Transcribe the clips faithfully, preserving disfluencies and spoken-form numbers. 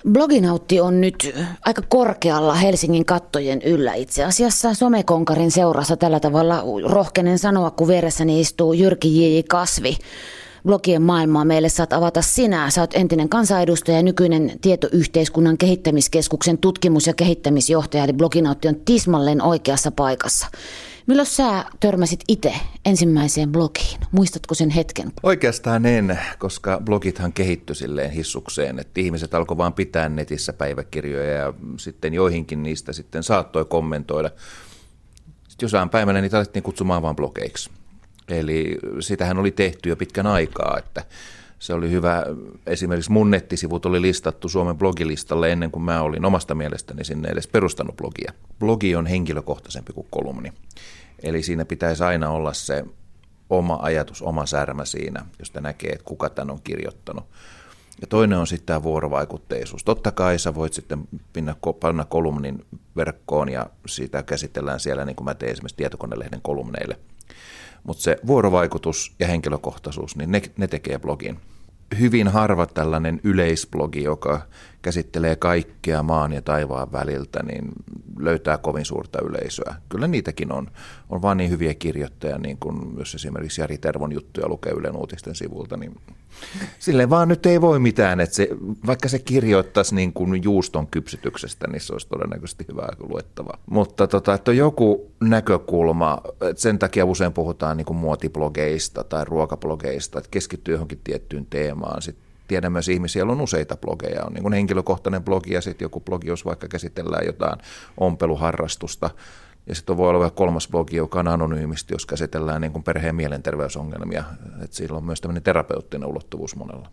Bloginautti on nyt aika korkealla Helsingin kattojen yllä itse asiassa somekonkarin seurassa tällä tavalla rohkenen sanoa, kun vieressäni istuu Jyrki J. Kasvi. Blogien maailmaa meille saat avata sinä. Sä oot entinen kansanedustaja ja nykyinen tietoyhteiskunnan kehittämiskeskuksen tutkimus- ja kehittämisjohtaja, eli Bloginautti on tismalleen oikeassa paikassa. Milloin sä törmäsit itse ensimmäiseen blogiin? Muistatko sen hetken? Oikeastaan en, koska blogithan kehittyi silleen hissukseen, että ihmiset alkoi vaan pitää netissä päiväkirjoja ja sitten joihinkin niistä sitten saattoi kommentoida. Sitten jossain päivänä niitä alettiin kutsumaan vaan blogeiksi. Eli sitähän oli tehty jo pitkän aikaa, että se oli hyvä. Esimerkiksi mun nettisivut oli listattu Suomen blogilistalle ennen kuin mä olin omasta mielestäni sinne edes perustanut blogia. Blogi on henkilökohtaisempi kuin kolumni. Eli siinä pitäisi aina olla se oma ajatus, oma särmä siinä, josta näkee, että kuka tämän on kirjoittanut. Ja toinen on sitten tämä vuorovaikutteisuus. Totta kai sä voit sitten panna kolumnin verkkoon ja siitä käsitellään siellä, niin kuin mä teen esimerkiksi Tietokonelehden kolumneille. Mutta se vuorovaikutus ja henkilökohtaisuus, niin ne, ne tekee blogin. Hyvin harva tällainen yleisblogi, joka käsittelee kaikkea maan ja taivaan väliltä, niin löytää kovin suurta yleisöä. Kyllä niitäkin on. On vaan niin hyviä kirjoittajia, niin kuin jos esimerkiksi Jari Tervon juttuja lukee Ylen uutisten sivulta, niin silleen vaan nyt ei voi mitään. Että se, vaikka se kirjoittaisi niin kuin juuston kypsytyksestä, niin se olisi todennäköisesti hyvää luettavaa. Mutta tota, että on joku näkökulma, että sen takia usein puhutaan niin kuin muotiblogeista tai ruokablogeista, että keskittyy johonkin tiettyyn teemaan. Sitten tiedän myös ihmisiä, joilla on useita blogeja. On niin kuin henkilökohtainen blogi ja sitten joku blogi, jos vaikka käsitellään jotain ompeluharrastusta. Ja sitten voi olla kolmas blogi, joka on anonyymisti, jos käsitellään niin kuin perheen mielenterveysongelmia. Että sillä on myös tämmöinen terapeuttinen ulottuvuus monella.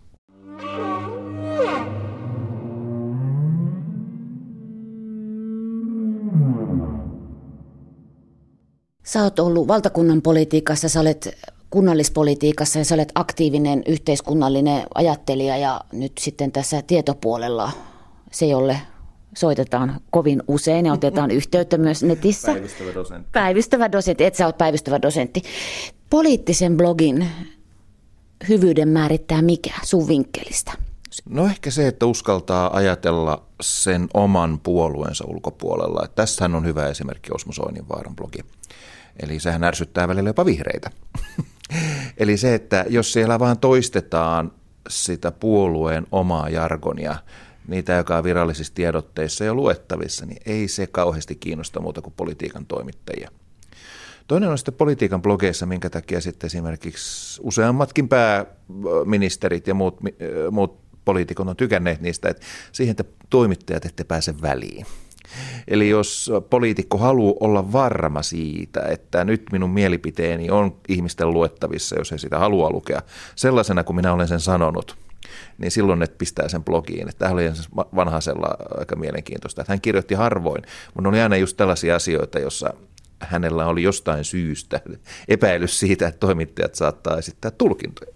Sä oot ollut valtakunnan politiikassa, sä olet kunnallispolitiikassa ja sä olet aktiivinen yhteiskunnallinen ajattelija ja nyt sitten tässä tietopuolella se, jolle soitetaan kovin usein ja otetaan yhteyttä myös netissä. Päivystävä dosentti. Päivystävä dosentti, et sä oot päivystävä dosentti. Poliittisen blogin hyvyyden määrittää mikä sun vinkkelistä? No ehkä se, että uskaltaa ajatella sen oman puolueensa ulkopuolella. Että tässähän on hyvä esimerkki Osmo Soininvaaran blogi. Eli sehän ärsyttää välillä jopa vihreitä. Eli se, että jos siellä vaan toistetaan sitä puolueen omaa jargonia, niitä, joka on virallisissa tiedotteissa jo luettavissa, niin ei se kauheasti kiinnosta muuta kuin politiikan toimittajia. Toinen on sitten politiikan blogeissa, minkä takia sitten esimerkiksi useammatkin pääministerit ja muut, muut poliitikot on tykänneet niistä, että siihen te toimittajat ette pääse väliin. Eli jos poliitikko haluaa olla varma siitä, että nyt minun mielipiteeni on ihmisten luettavissa, jos he sitä haluaa lukea, sellaisena kuin minä olen sen sanonut, niin silloin ne pistää sen blogiin. Tämä oli Vanhasella aika mielenkiintoista, että hän kirjoitti harvoin, mutta oli aina just tällaisia asioita, jossa hänellä oli jostain syystä epäilys siitä, että toimittajat saattaa esittää tulkintoja.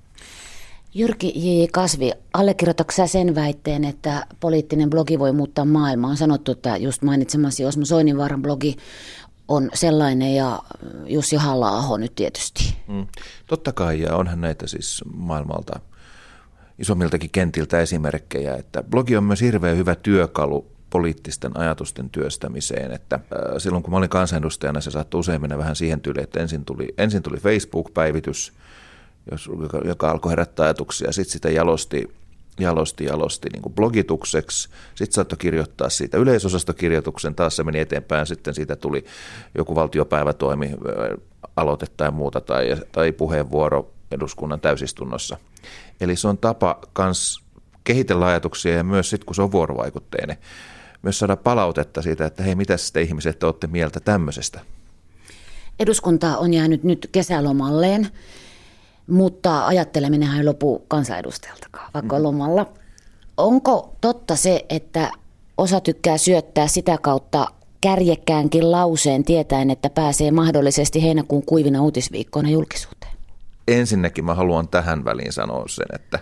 Jyrki J. Kasvi, allekirjoitatko sä sen väitteen, että poliittinen blogi voi muuttaa maailmaa? On sanottu, että just mainitsemasi Osmo Soininvaaran blogi on sellainen ja Jussi Halla-aho nyt tietysti. Mm, totta kai, ja onhan näitä siis maailmalta isommiltakin kentiltä esimerkkejä, että blogi on myös hirveän hyvä työkalu poliittisten ajatusten työstämiseen, että silloin kun mä olin kansanedustajana, se saattoi usein mennä vähän siihen tyyliin, että ensin tuli, ensin tuli Facebook-päivitys, joka, joka alkoi herättää ajatuksia, sitten sitä jalosti, jalosti, jalosti niin kuin blogitukseksi, sitten saattoi kirjoittaa siitä yleisosastokirjoituksen, taas se meni eteenpäin, sitten siitä tuli joku valtiopäivätoimi, aloite tai muuta, tai, tai puheenvuoro eduskunnan täysistunnossa. Eli se on tapa kans kehitellä ajatuksia ja myös sitten, kun se on vuorovaikutteinen, myös saada palautetta siitä, että hei, mitä sitten ihmiset olette mieltä tämmöisestä? Eduskunta on jäänyt nyt kesälomalleen, mutta ajatteleminenhan ei lopu kansanedustajaltakaan, vaikka on lomalla. Onko totta se, että osa tykkää syöttää sitä kautta kärjekkäänkin lauseen tietäen, että pääsee mahdollisesti heinäkuun kuivina uutisviikkoina julkisuuteen? Ensinnäkin mä haluan tähän väliin sanoa sen, että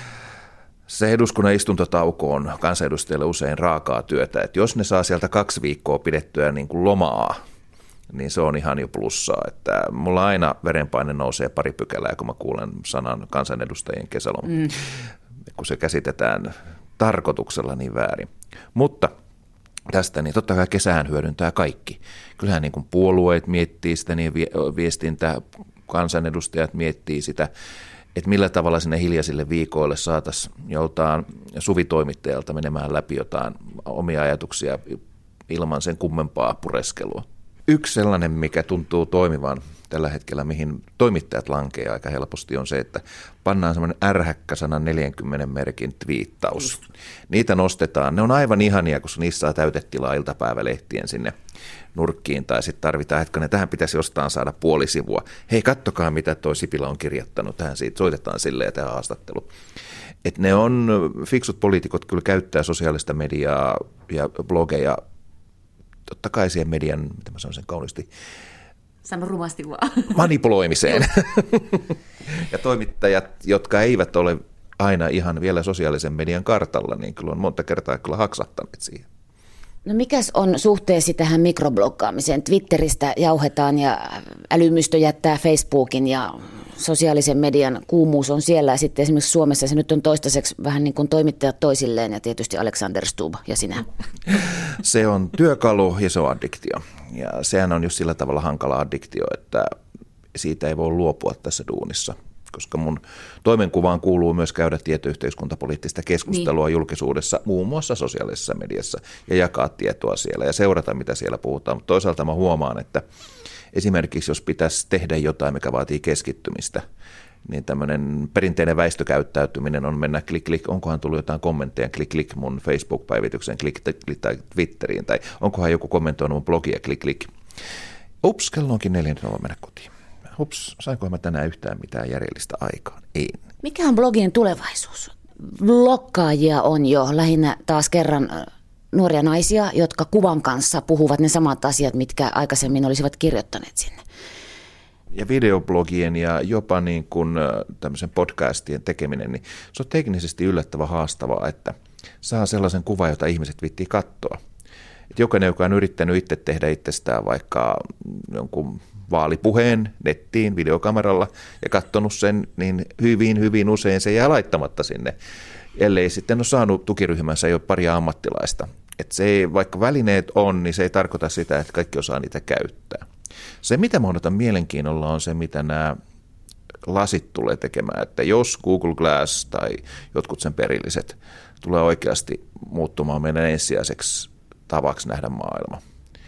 se eduskunnan istuntotauko on kansanedustajille usein raakaa työtä, että jos ne saa sieltä kaksi viikkoa pidettyä niin kuin lomaa, niin se on ihan jo plussaa, että mulla aina verenpaine nousee pari pykälää, kun mä kuulen sanan kansanedustajien kesäloma, mm. kun se käsitetään tarkoituksella niin väärin. Mutta tästä niin totta kai kesään hyödyntää kaikki. Kyllähän niin kuin puolueet miettii sitä, niin viestintä, kansanedustajat miettii sitä, että millä tavalla sinne hiljaisille viikoille saataisiin joltain suvitoimittajalta menemään läpi jotain omia ajatuksia ilman sen kummempaa pureskelua. Yksi sellainen, mikä tuntuu toimivan tällä hetkellä, mihin toimittajat lankeaa aika helposti, on se, että pannaan semmoinen ärhäkkä sata neljäkymmentä merkin twiittaus. Niitä nostetaan. Ne on aivan ihania, kun niissä saa täytetilaa iltapäivälehtien sinne nurkkiin, tai sitten tarvitaan hetken, tähän pitäisi jostain saada puoli sivua. Hei, kattokaa, mitä toi Sipilä on kirjoittanut. Tähän siitä soitetaan silleen tähän haastattelu. Että ne on, fiksut poliitikot kyllä käyttää sosiaalista mediaa ja blogeja, totta kai siihen median, mitä mä sanon sen kauniisti, sano rumasti vaan. Manipuloimiseen. Ja toimittajat, jotka eivät ole aina ihan vielä sosiaalisen median kartalla, niin kyllä on monta kertaa kyllä haksahtaneet siihen. No mikäs on suhteesi tähän mikrobloggaamiseen? Twitteristä jauhetaan ja älymystö jättää Facebookin ja sosiaalisen median kuumuus on siellä. Ja sitten esimerkiksi Suomessa se nyt on toistaiseksi vähän niin kuin toimittajat toisilleen ja tietysti Alexander Stubb ja sinä. Se on työkalu ja se on addiktio. Ja sehän on just sillä tavalla hankala addiktio, että siitä ei voi luopua tässä duunissa. Koska mun toimenkuvaan kuuluu myös käydä tietoyhteiskuntapoliittista keskustelua niin julkisuudessa, muun muassa sosiaalisessa mediassa, ja jakaa tietoa siellä ja seurata, mitä siellä puhutaan. Mutta toisaalta mä huomaan, että esimerkiksi jos pitäisi tehdä jotain, mikä vaatii keskittymistä, niin tämmöinen perinteinen väistökäyttäytyminen on mennä klik klik, onkohan tullut jotain kommentteja, klik klik mun Facebook-päivityksen, klik klik tai Twitteriin, tai onkohan joku kommentoinut mun blogia, klik klik. Ups, kello onkin neljä, nyt mä mennä kotiin. Hups, sainkohan mä tänään yhtään mitään järjellistä aikaan? Ei. Mikä on blogien tulevaisuus? Blokkaajia on jo lähinnä taas kerran nuoria naisia, jotka kuvan kanssa puhuvat ne samat asiat, mitkä aikaisemmin olisivat kirjoittaneet sinne. Ja videoblogien ja jopa niin kuin tämmöisen podcastien tekeminen, niin se on teknisesti yllättävän haastavaa, että saa sellaisen kuvan, jota ihmiset viittii katsoa. Et jokainen, joka on yrittänyt itse tehdä itsestään vaikka jonkun vaalipuheen nettiin videokameralla ja katsonut sen, niin hyvin, hyvin usein se jää laittamatta sinne, ellei sitten ole saanut tukiryhmänsä jo paria ammattilaista. Että se ei, vaikka välineet on, niin se ei tarkoita sitä, että kaikki osaa niitä käyttää. Se, mitä mä odotan mielenkiinnolla, on se, mitä nämä lasit tulee tekemään. Että jos Google Glass tai jotkut sen perilliset tulee oikeasti muuttumaan meidän ensisijaiseksi tavaksi nähdä maailma,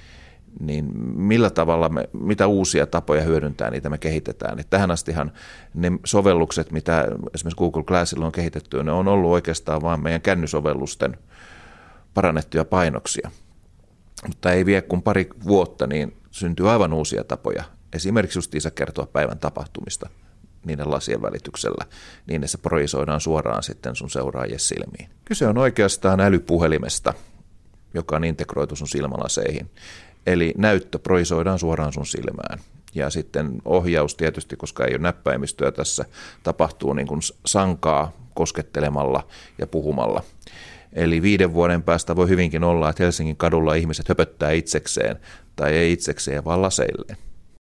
niin millä tavalla me, mitä uusia tapoja hyödyntää, niitä me kehitetään. Et tähän astihan ne sovellukset, mitä esimerkiksi Google Glassilla on kehitetty, ne on ollut oikeastaan vain meidän kännysovellusten parannettuja painoksia. Mutta ei vie kuin pari vuotta, niin syntyy aivan uusia tapoja. Esimerkiksi justiinsa kertoa päivän tapahtumista niiden lasien välityksellä, niin että se projisoidaan suoraan sitten sun seuraajien silmiin. Kyse on oikeastaan älypuhelimesta, joka on integroitu sun silmälaseihin. Eli näyttö projisoidaan suoraan sun silmään. Ja sitten ohjaus tietysti, koska ei ole näppäimistöä tässä, tapahtuu niin kuin sankaa koskettelemalla ja puhumalla. Eli viiden vuoden päästä voi hyvinkin olla, että Helsingin kadulla ihmiset höpöttää itsekseen, tai ei itsekseen, vaan laseilleen.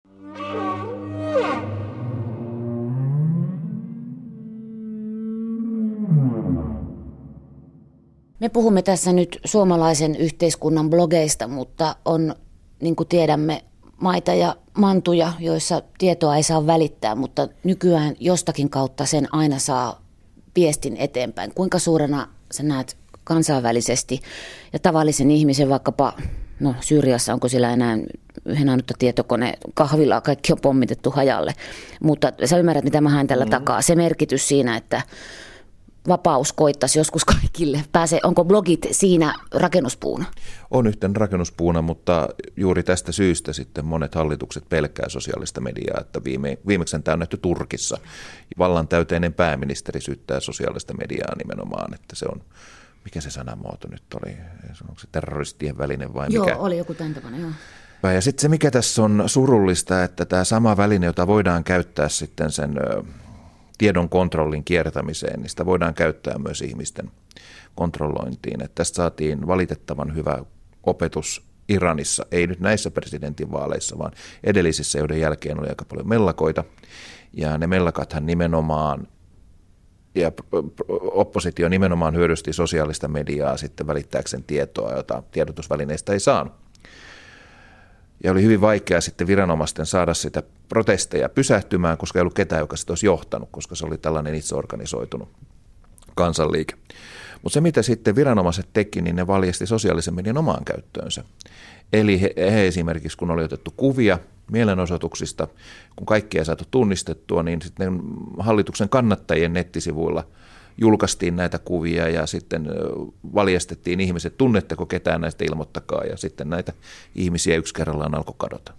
Me puhumme tässä nyt suomalaisen yhteiskunnan blogeista, mutta on, niin kuin tiedämme, maita ja mantuja, joissa tietoa ei saa välittää, mutta nykyään jostakin kautta sen aina saa viestin eteenpäin. Kuinka suurena sä näet kansainvälisesti ja tavallisen ihmisen vaikkapa, no Syyriassa onko siellä enää yhden ainutta tietokone, kahvilaa, kaikki on pommitettu hajalle, mutta sä ymmärrät, mitä mä haen tällä mm. takaa. Se merkitys siinä, että vapaus koittaisi joskus kaikille. Pääsee, onko blogit siinä rakennuspuuna? On yhten rakennuspuuna, mutta juuri tästä syystä sitten monet hallitukset pelkää sosiaalista mediaa, että viime, viimeksi tämä on nähty Turkissa. Vallan täyteinen pääministeri syyttää sosiaalista mediaa nimenomaan, että se on, mikä se sanamuoto nyt oli, onko se terroristien väline vai mikä? Joo, oli joku tämän tavalla, joo. Ja sitten se, mikä tässä on surullista, että tämä sama väline, jota voidaan käyttää sitten sen tiedon kontrollin kiertämiseen, niin sitä voidaan käyttää myös ihmisten kontrollointiin. Että tästä saatiin valitettavan hyvä opetus Iranissa, ei nyt näissä presidentinvaaleissa, vaan edellisissä, joiden jälkeen oli aika paljon mellakoita. Ja ne mellakathan nimenomaan ja oppositio nimenomaan hyödysti sosiaalista mediaa sitten välittääkseen tietoa, jota tiedotusvälineistä ei saanut. Ja oli hyvin vaikea sitten viranomaisten saada sitä protesteja pysähtymään, koska ei ollut ketään, joka sitä olisi johtanut, koska se oli tällainen itseorganisoitunut kansanliike. Mutta se, mitä sitten viranomaiset teki, niin ne valjasti sosiaalisen median omaan käyttöönsä. Eli he, he esimerkiksi, kun oli otettu kuvia mielenosoituksista, kun kaikkia ei saatu tunnistettua, niin sitten hallituksen kannattajien nettisivuilla julkaistiin näitä kuvia ja sitten valjastettiin ihmiset, tunnetteko ketään näistä, ilmoittakaa, ja sitten näitä ihmisiä yksi kerrallaan alkoi kadota.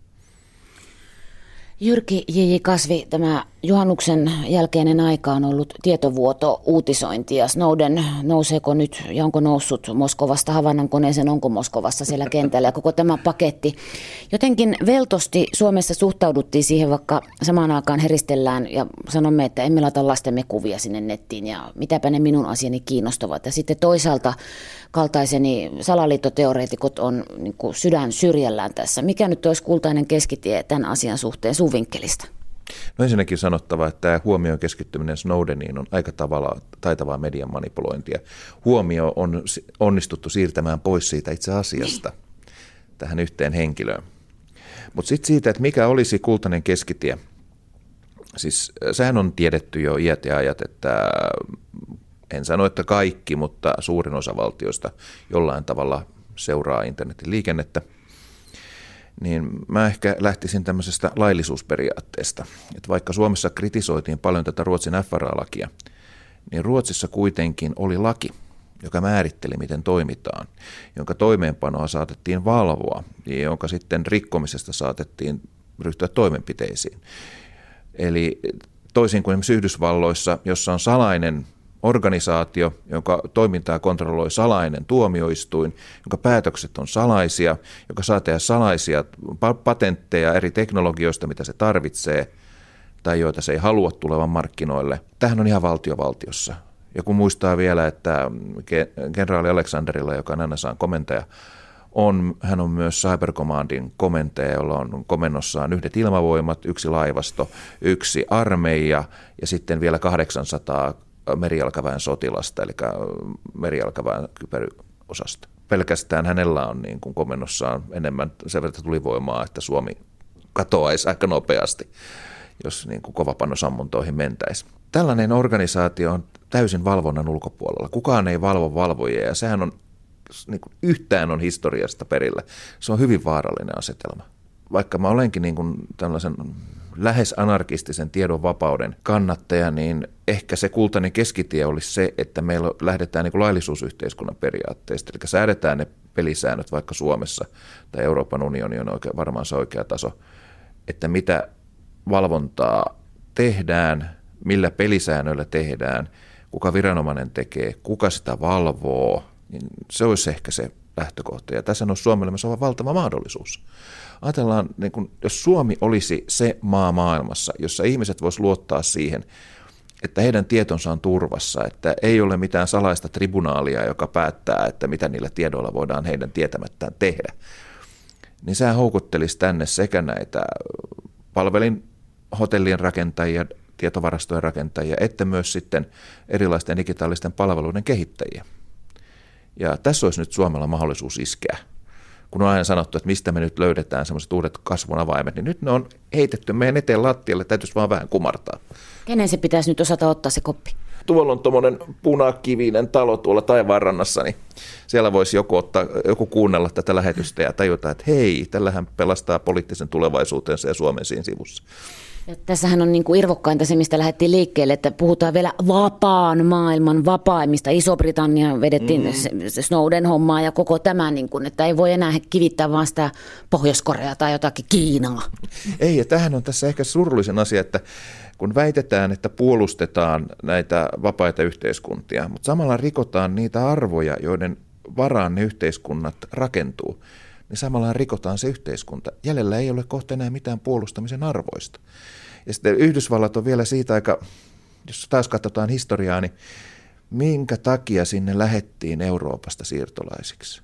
Jyrki J J. Kasvi, tämä juhannuksen jälkeinen aika on ollut tietovuoto uutisointia. Snowden, nouseeko nyt ja onko noussut Moskovasta Havannan koneeseen, onko Moskovassa siellä kentällä ja koko tämä paketti. Jotenkin veltosti Suomessa suhtauduttiin siihen, vaikka samaan aikaan heristellään ja sanomme, että emme laita lastemme kuvia sinne nettiin ja mitäpä ne minun asiani kiinnostavat. Ja sitten toisaalta kaltaiseni salaliittoteoreetikot on niin kuin sydän syrjällään tässä. Mikä nyt olisi kultainen keskitie tämän asian suhteen sun vinkkelistä? No ensinnäkin sanottava, että tämä huomion keskittyminen Snowdeniin on aika tavalla taitavaa median manipulointia. Huomio on onnistuttu siirtämään pois siitä itse asiasta tähän yhteen henkilöön. Mutta sitten siitä, että mikä olisi kultainen keskitie. Siis sehän on tiedetty jo iät ja ajat, että en sano, että kaikki, mutta suurin osa valtioista jollain tavalla seuraa internetin liikennettä. Niin mä ehkä lähtisin tämmöisestä laillisuusperiaatteesta. Että vaikka Suomessa kritisoitiin paljon tätä Ruotsin F R A-lakia, niin Ruotsissa kuitenkin oli laki, joka määritteli, miten toimitaan, jonka toimeenpanoa saatettiin valvoa ja jonka sitten rikkomisesta saatettiin ryhtyä toimenpiteisiin. Eli toisin kuin esimerkiksi Yhdysvalloissa, jossa on salainen organisaatio, jonka toimintaa kontrolloi salainen tuomioistuin, jonka päätökset on salaisia, joka saa tehdä salaisia patentteja eri teknologioista, mitä se tarvitsee tai joita se ei halua tulevan markkinoille. Tämähän on ihan valtiovaltiossa. Ja kun muistaa vielä, että kenraali Alexanderilla, joka on N S A:n komentaja, on, hän on myös Cyber Commandin komentaja, jolla on komennossaan yhdet ilmavoimat, yksi laivasto, yksi armeija ja sitten vielä kahdeksansataa merijalkaväen sotilasta, eli merijalkaväen kyberosasta. Pelkästään hänellä on niin kuin komennossaan enemmän sen verran tulivoimaa, että Suomi katoaisi aika nopeasti, jos niin kuin kovapannosammuntoihin mentäisiin. Tällainen organisaatio on täysin valvonnan ulkopuolella. Kukaan ei valvo valvojia ja sehän on niin kuin yhtään on historiasta perillä. Se on hyvin vaarallinen asetelma. Vaikka mä olenkin niin kuin tällaisen lähes anarkistisen tiedonvapauden kannattaja, niin ehkä se kultainen keskitie olisi se, että meillä lähdetään niin kuin laillisuusyhteiskunnan periaatteista, eli säädetään ne pelisäännöt vaikka Suomessa tai Euroopan unioni on oikein, varmaan se oikea taso, että mitä valvontaa tehdään, millä pelisäännöillä tehdään, kuka viranomainen tekee, kuka sitä valvoo, niin se olisi ehkä se lähtökohta. Ja tässä on Suomelle myös on valtava mahdollisuus. Ajatellaan, niin kun, jos Suomi olisi se maa maailmassa, jossa ihmiset voisivat luottaa siihen, että heidän tietonsa on turvassa, että ei ole mitään salaista tribunaalia, joka päättää, että mitä niillä tiedoilla voidaan heidän tietämättään tehdä, niin sehän houkuttelisi tänne sekä näitä palvelin hotellien rakentajia, tietovarastojen rakentajia, että myös sitten erilaisten digitaalisten palveluiden kehittäjiä. Ja tässä olisi nyt Suomella mahdollisuus iskeä. Kun on aina sanottu, että mistä me nyt löydetään sellaiset uudet kasvun avaimet, niin nyt ne on heitetty meidän eteen lattialle, täytyisi vaan vähän kumartaa. Kenen se pitäisi nyt osata ottaa se koppi? Tuolla on tuommoinen punakivinen talo tuolla taivaanrannassa, niin siellä voisi joku, ottaa, joku kuunnella tätä lähetystä ja tajuta, että hei, tällähän pelastaa poliittisen tulevaisuutensa ja Suomen siinä sivussa. Ja tässähän on niin kuin irvokkainta se, mistä lähdettiin liikkeelle, että puhutaan vielä vapaan maailman vapaimmista. Iso-Britannia vedettiin mm. se Snowden-hommaa ja koko tämä, niin kuin, että ei voi enää kivittää vaan sitä Pohjois-Koreaa tai jotakin Kiinaa. Ei, ja tämähän on tässä ehkä surullisen asia, että kun väitetään, että puolustetaan näitä vapaita yhteiskuntia, mutta samalla rikotaan niitä arvoja, joiden varaan ne yhteiskunnat rakentuu, niin samalla rikotaan se yhteiskunta. Jäljellä ei ole kohta enää mitään puolustamisen arvoista. Ja sitten Yhdysvallat on vielä siitä aika, jos taas katsotaan historiaa, niin minkä takia sinne lähettiin Euroopasta siirtolaisiksi?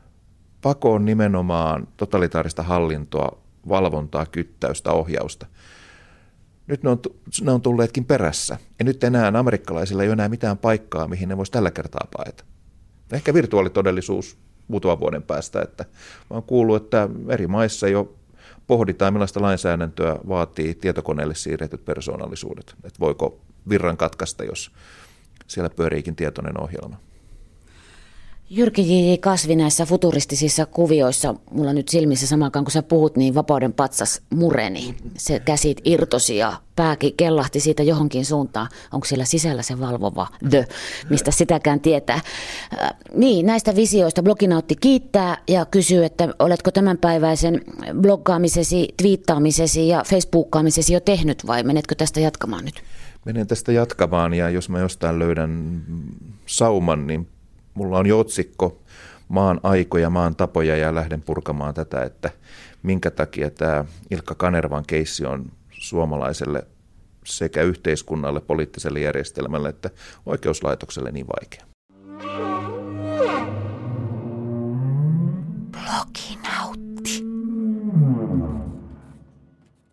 Pakoon nimenomaan totalitaarista hallintoa, valvontaa, kyttäystä, ohjausta. Nyt ne on, ne on tulleetkin perässä. Ja nyt enää amerikkalaisilla ei ole enää mitään paikkaa, mihin ne voisi tällä kertaa paeta. Ehkä virtuaalitodellisuus muutaman vuoden päästä. Että mä oon kuullut, että eri maissa jo pohditaan, millaista lainsäädäntöä vaatii tietokoneelle siirretyt persoonallisuudet. Että voiko virran katkaista, jos siellä pyöriikin tietoinen ohjelma. Jyrki J J. Kasvi näissä futuristisissa kuvioissa, mulla nyt silmissä samakaan kun sä puhut, niin vapauden patsas mureni. Se käsit irtosi ja pääkin kellahti siitä johonkin suuntaan. Onko siellä sisällä se valvova the, mistä sitäkään tietää. Äh, niin, näistä visioista Bloginautti kiittää ja kysyy, että oletko tämänpäiväisen bloggaamisesi, twiittaamisesi ja facebookkaamisesi jo tehnyt vai menetkö tästä jatkamaan nyt? Menen tästä jatkamaan ja jos mä jostain löydän sauman, niin mulla on jo otsikko maan aikoja, maan tapoja ja lähden purkamaan tätä, että minkä takia tämä Ilkka Kanervan keissi on suomalaiselle sekä yhteiskunnalle, poliittiselle järjestelmälle että oikeuslaitokselle niin vaikea. Bloginautti.